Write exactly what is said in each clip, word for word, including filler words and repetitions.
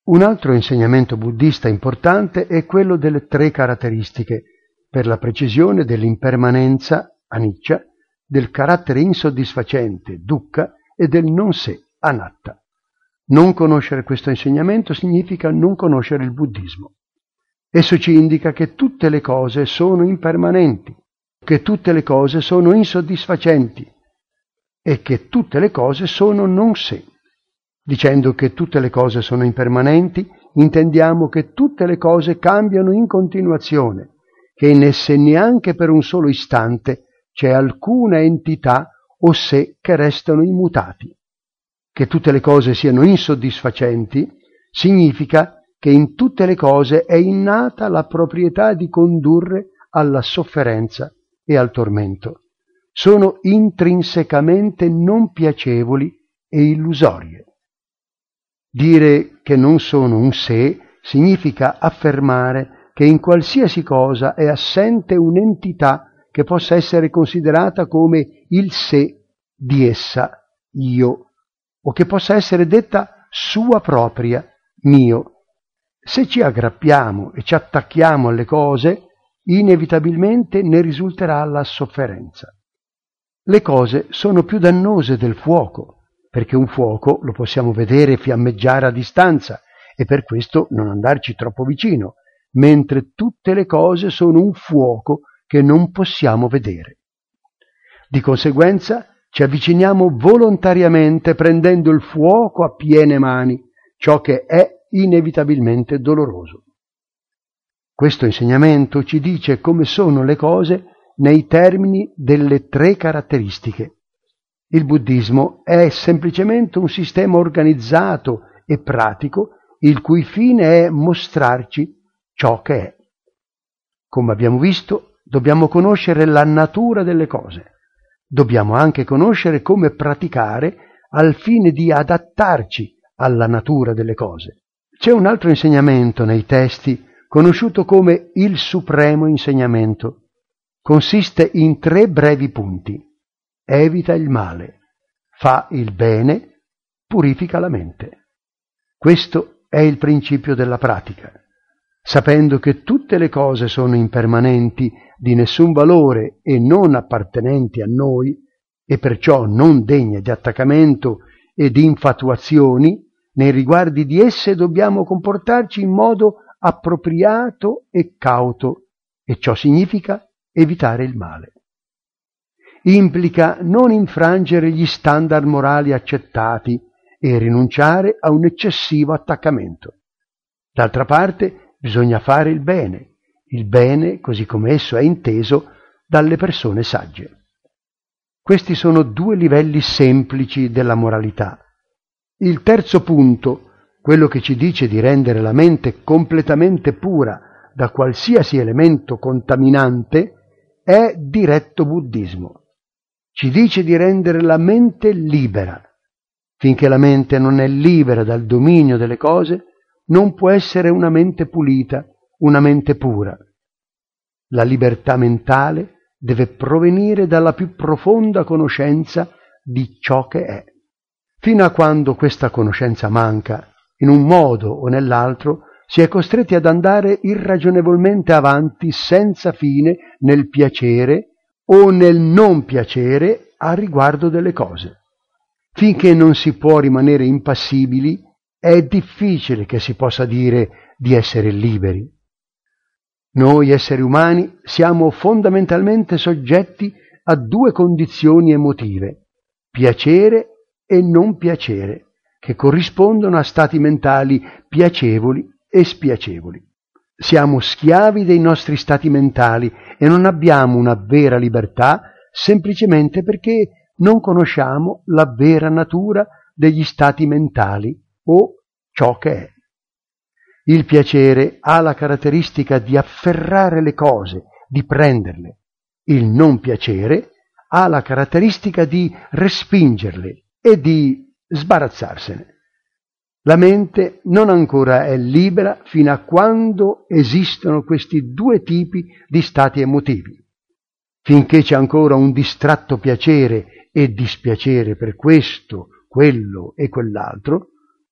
Un altro insegnamento buddista importante è quello delle tre caratteristiche, per la precisione dell'impermanenza, anicca, del carattere insoddisfacente, dukkha, e del non sé, anatta. Non conoscere questo insegnamento significa non conoscere il buddismo. Esso ci indica che tutte le cose sono impermanenti, che tutte le cose sono insoddisfacenti e che tutte le cose sono non sé. Dicendo che tutte le cose sono impermanenti, intendiamo che tutte le cose cambiano in continuazione, che in esse neanche per un solo istante c'è alcuna entità o sé che restano immutati. Che tutte le cose siano insoddisfacenti significa che in tutte le cose è innata la proprietà di condurre alla sofferenza e al tormento. Sono intrinsecamente non piacevoli e illusorie. Dire che non sono un sé significa affermare che in qualsiasi cosa è assente un'entità che possa essere considerata come il sé di essa, io, o che possa essere detta sua propria, mio. Se ci aggrappiamo e ci attacchiamo alle cose, inevitabilmente ne risulterà la sofferenza. Le cose sono più dannose del fuoco, perché un fuoco lo possiamo vedere fiammeggiare a distanza e per questo non andarci troppo vicino, mentre tutte le cose sono un fuoco che non possiamo vedere. Di conseguenza ci avviciniamo volontariamente prendendo il fuoco a piene mani, ciò che è inevitabilmente doloroso. Questo insegnamento ci dice come sono le cose nei termini delle tre caratteristiche. Il buddismo è semplicemente un sistema organizzato e pratico, il cui fine è mostrarci ciò che è. Come abbiamo visto, dobbiamo conoscere la natura delle cose. Dobbiamo anche conoscere come praticare al fine di adattarci alla natura delle cose. C'è un altro insegnamento nei testi conosciuto come il supremo insegnamento. Consiste in tre brevi punti. Evita il male, fa il bene, purifica la mente. Questo è il principio della pratica. Sapendo che tutte le cose sono impermanenti, di nessun valore e non appartenenti a noi, e perciò non degne di attaccamento e di infatuazioni, nei riguardi di esse dobbiamo comportarci in modo appropriato e cauto, e ciò significa evitare il male. Implica non infrangere gli standard morali accettati e rinunciare a un eccessivo attaccamento. D'altra parte, bisogna fare il bene, il bene così come esso è inteso dalle persone sagge. Questi sono due livelli semplici della moralità. Il terzo punto, quello che ci dice di rendere la mente completamente pura da qualsiasi elemento contaminante, è diretto buddismo. Ci dice di rendere la mente libera. Finché la mente non è libera dal dominio delle cose, non può essere una mente pulita, una mente pura. La libertà mentale deve provenire dalla più profonda conoscenza di ciò che è. Fino a quando questa conoscenza manca, in un modo o nell'altro, si è costretti ad andare irragionevolmente avanti senza fine nel piacere o nel non piacere a riguardo delle cose. Finché non si può rimanere impassibili, è difficile che si possa dire di essere liberi. Noi esseri umani siamo fondamentalmente soggetti a due condizioni emotive, piacere e non piacere, che corrispondono a stati mentali piacevoli e spiacevoli. Siamo schiavi dei nostri stati mentali e non abbiamo una vera libertà semplicemente perché non conosciamo la vera natura degli stati mentali o ciò che è. Il piacere ha la caratteristica di afferrare le cose, di prenderle. Il non piacere ha la caratteristica di respingerle e di sbarazzarsene. La mente non ancora è libera fino a quando esistono questi due tipi di stati emotivi. Finché c'è ancora un distratto piacere e dispiacere per questo, quello e quell'altro,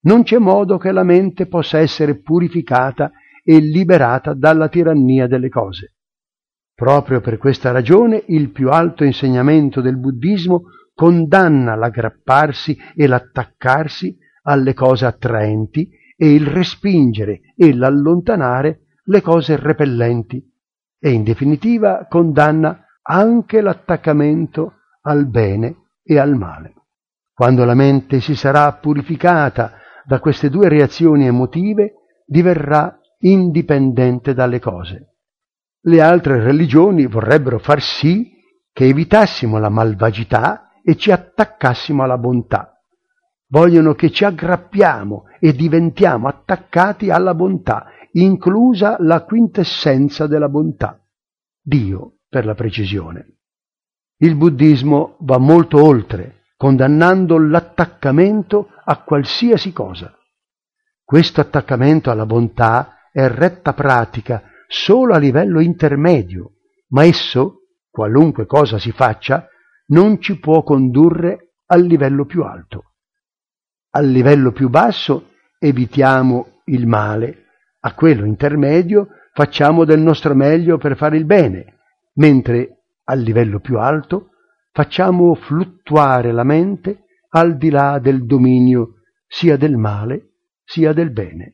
non c'è modo che la mente possa essere purificata e liberata dalla tirannia delle cose. Proprio per questa ragione il più alto insegnamento del buddismo condanna l'aggrapparsi e l'attaccarsi alle cose attraenti e il respingere e l'allontanare le cose repellenti e in definitiva condanna anche l'attaccamento al bene e al male. Quando la mente si sarà purificata da queste due reazioni emotive, diverrà indipendente dalle cose. Le altre religioni vorrebbero far sì che evitassimo la malvagità e ci attaccassimo alla bontà. Vogliono che ci aggrappiamo e diventiamo attaccati alla bontà, inclusa la quintessenza della bontà, Dio per la precisione. Il buddismo va molto oltre, condannando l'attaccamento a qualsiasi cosa. Questo attaccamento alla bontà è retta pratica solo a livello intermedio, ma esso, qualunque cosa si faccia, non ci può condurre al livello più alto. Al livello più basso evitiamo il male, a quello intermedio facciamo del nostro meglio per fare il bene, mentre al livello più alto facciamo fluttuare la mente al di là del dominio sia del male sia del bene.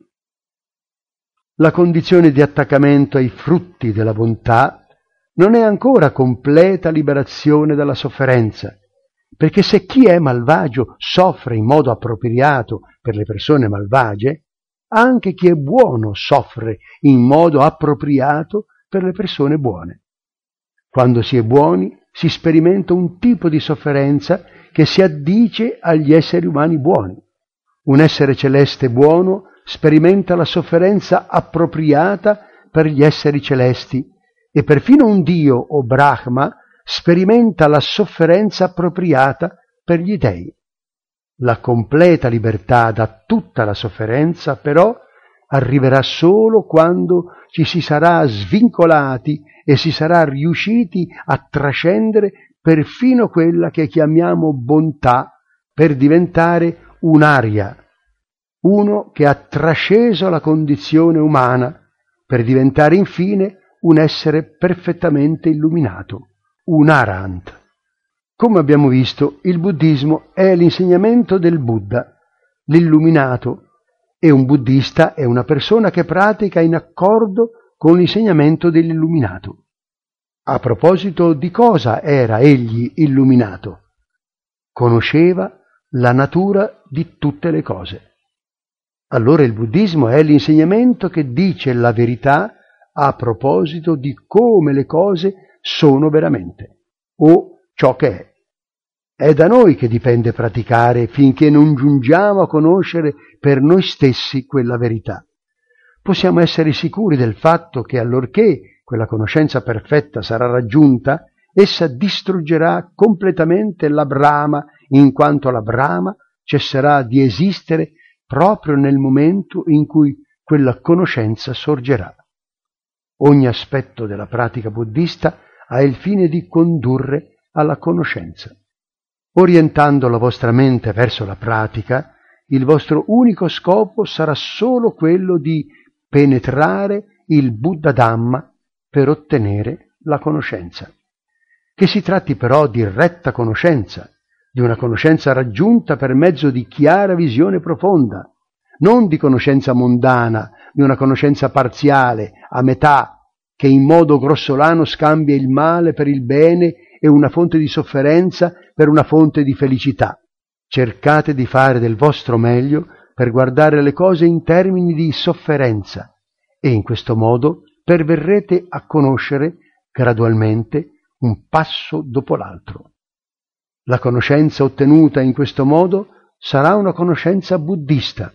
La condizione di attaccamento ai frutti della bontà non è ancora completa liberazione dalla sofferenza, perché se chi è malvagio soffre in modo appropriato per le persone malvagie, anche chi è buono soffre in modo appropriato per le persone buone. Quando si è buoni si sperimenta un tipo di sofferenza che si addice agli esseri umani buoni. Un essere celeste buono sperimenta la sofferenza appropriata per gli esseri celesti e perfino un Dio o Brahma sperimenta la sofferenza appropriata per gli dei. La completa libertà da tutta la sofferenza, però, arriverà solo quando ci si sarà svincolati e si sarà riusciti a trascendere perfino quella che chiamiamo bontà per diventare un'aria, uno che ha trasceso la condizione umana per diventare infine un essere perfettamente illuminato, un Arahant. Come abbiamo visto, il buddismo è l'insegnamento del Buddha, l'illuminato, e un buddista è una persona che pratica in accordo con l'insegnamento dell'illuminato. A proposito di cosa era egli illuminato? Conosceva la natura di tutte le cose. Allora il buddismo è l'insegnamento che dice la verità a proposito di come le cose sono veramente, o ciò che è. È da noi che dipende praticare finché non giungiamo a conoscere per noi stessi quella verità. Possiamo essere sicuri del fatto che allorché quella conoscenza perfetta sarà raggiunta, essa distruggerà completamente la Brahma, in quanto la Brahma cesserà di esistere proprio nel momento in cui quella conoscenza sorgerà. Ogni aspetto della pratica buddista ha il fine di condurre alla conoscenza. Orientando la vostra mente verso la pratica, il vostro unico scopo sarà solo quello di penetrare il Buddha Dhamma per ottenere la conoscenza. Che si tratti però di retta conoscenza, di una conoscenza raggiunta per mezzo di chiara visione profonda, non di conoscenza mondana, di una conoscenza parziale, a metà, che in modo grossolano scambia il male per il bene e una fonte di sofferenza per una fonte di felicità. Cercate di fare del vostro meglio per guardare le cose in termini di sofferenza e in questo modo perverrete a conoscere gradualmente un passo dopo l'altro. La conoscenza ottenuta in questo modo sarà una conoscenza buddista,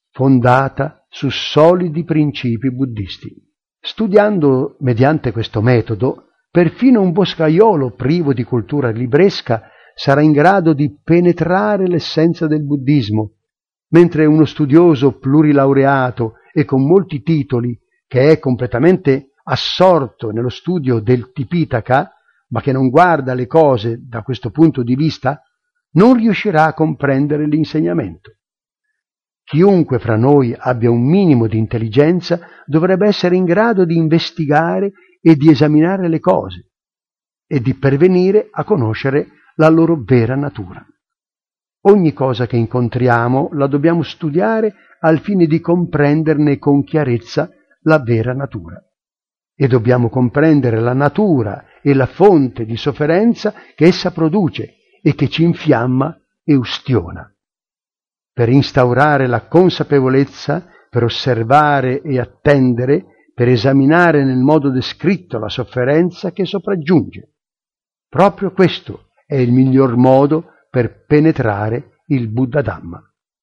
fondata su solidi principi buddisti. Studiando mediante questo metodo, perfino un boscaiolo privo di cultura libresca sarà in grado di penetrare l'essenza del buddismo, mentre uno studioso plurilaureato e con molti titoli, che è completamente assorto nello studio del Tipitaka, ma che non guarda le cose da questo punto di vista, non riuscirà a comprendere l'insegnamento. Chiunque fra noi abbia un minimo di intelligenza dovrebbe essere in grado di investigare e di esaminare le cose e di pervenire a conoscere la loro vera natura. Ogni cosa che incontriamo la dobbiamo studiare al fine di comprenderne con chiarezza la vera natura. E dobbiamo comprendere la natura e la fonte di sofferenza che essa produce e che ci infiamma e ustiona. Per instaurare la consapevolezza, per osservare e attendere, per esaminare nel modo descritto la sofferenza che sopraggiunge. Proprio questo è il miglior modo per penetrare il Buddha Dhamma.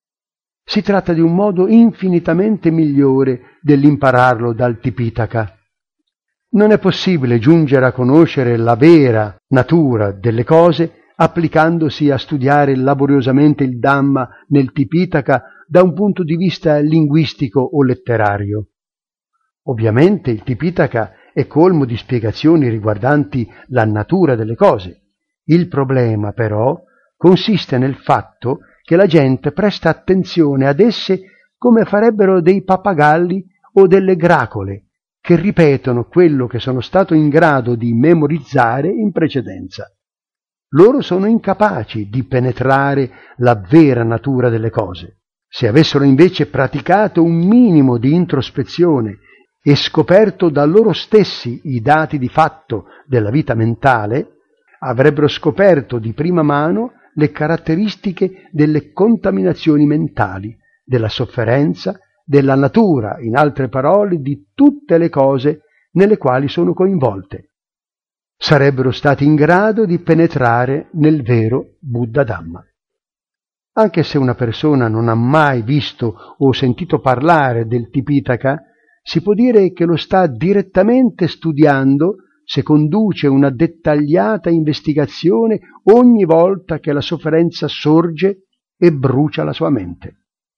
Si tratta di un modo infinitamente migliore dell'impararlo dal Tipitaka. Non è possibile giungere a conoscere la vera natura delle cose applicandosi a studiare laboriosamente il Dhamma nel Tipitaka da un punto di vista linguistico o letterario. Ovviamente il Tipitaka è colmo di spiegazioni riguardanti la natura delle cose. Il problema, però, consiste nel fatto che la gente presta attenzione ad esse come farebbero dei pappagalli o delle gracole, che ripetono quello che sono stato in grado di memorizzare in precedenza. Loro sono incapaci di penetrare la vera natura delle cose. Se avessero invece praticato un minimo di introspezione e scoperto da loro stessi i dati di fatto della vita mentale, avrebbero scoperto di prima mano le caratteristiche delle contaminazioni mentali, della sofferenza, della natura, in altre parole, di tutte le cose nelle quali sono coinvolte. Sarebbero stati in grado di penetrare nel vero Buddha Dhamma. Anche se una persona non ha mai visto o sentito parlare del Tipitaka, si può dire che lo sta direttamente studiando se conduce una dettagliata investigazione ogni volta che la sofferenza sorge e brucia la sua mente.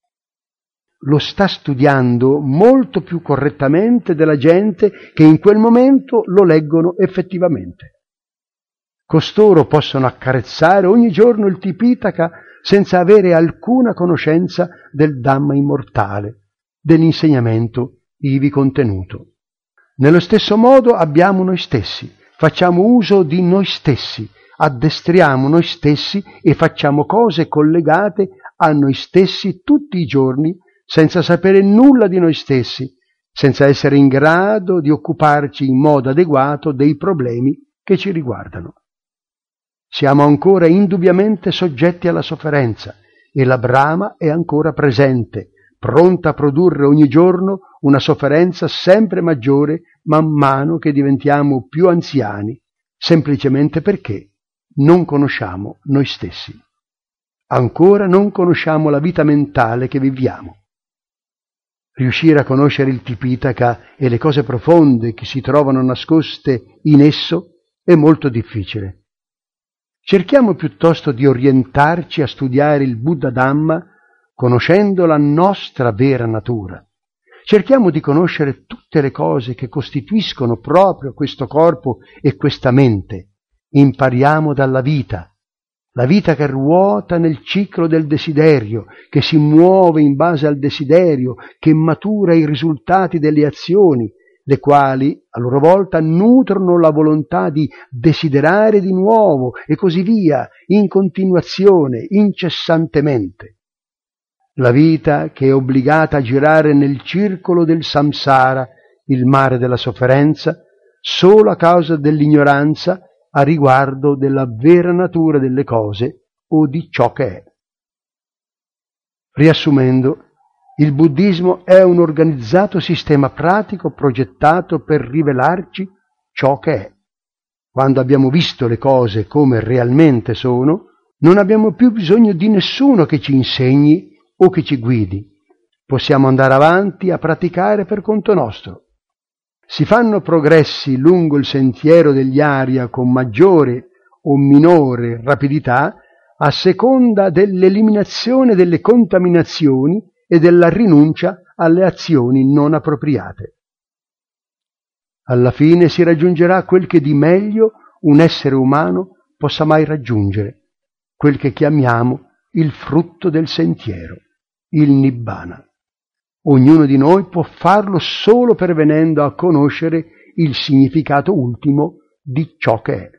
Lo sta studiando molto più correttamente della gente che in quel momento lo leggono effettivamente. Costoro possono accarezzare ogni giorno il Tipitaka senza avere alcuna conoscenza del Dhamma immortale, dell'insegnamento ivi contenuto. Nello stesso modo abbiamo noi stessi, facciamo uso di noi stessi, addestriamo noi stessi e facciamo cose collegate a noi stessi tutti i giorni senza sapere nulla di noi stessi, senza essere in grado di occuparci in modo adeguato dei problemi che ci riguardano. Siamo ancora indubbiamente soggetti alla sofferenza e la Brahma è ancora presente, pronta a produrre ogni giorno una sofferenza sempre maggiore man mano che diventiamo più anziani, semplicemente perché non conosciamo noi stessi. Ancora non conosciamo la vita mentale che viviamo. Riuscire a conoscere il Tipitaka e le cose profonde che si trovano nascoste in esso è molto difficile. Cerchiamo piuttosto di orientarci a studiare il Buddha Dhamma conoscendo la nostra vera natura. Cerchiamo di conoscere tutte le cose che costituiscono proprio questo corpo e questa mente. Impariamo dalla vita, la vita che ruota nel ciclo del desiderio, che si muove in base al desiderio, che matura i risultati delle azioni, le quali a loro volta nutrono la volontà di desiderare di nuovo e così via, in continuazione, incessantemente. La vita che è obbligata a girare nel circolo del samsara, il mare della sofferenza, solo a causa dell'ignoranza a riguardo della vera natura delle cose o di ciò che è. Riassumendo, il buddismo è un organizzato sistema pratico progettato per rivelarci ciò che è. Quando abbiamo visto le cose come realmente sono, non abbiamo più bisogno di nessuno che ci insegni o che ci guidi. Possiamo andare avanti a praticare per conto nostro. Si fanno progressi lungo il sentiero degli Arya con maggiore o minore rapidità a seconda dell'eliminazione delle contaminazioni e della rinuncia alle azioni non appropriate. Alla fine si raggiungerà quel che di meglio un essere umano possa mai raggiungere, quel che chiamiamo il frutto del sentiero, il Nibbana. Ognuno di noi può farlo solo pervenendo a conoscere il significato ultimo di ciò che è.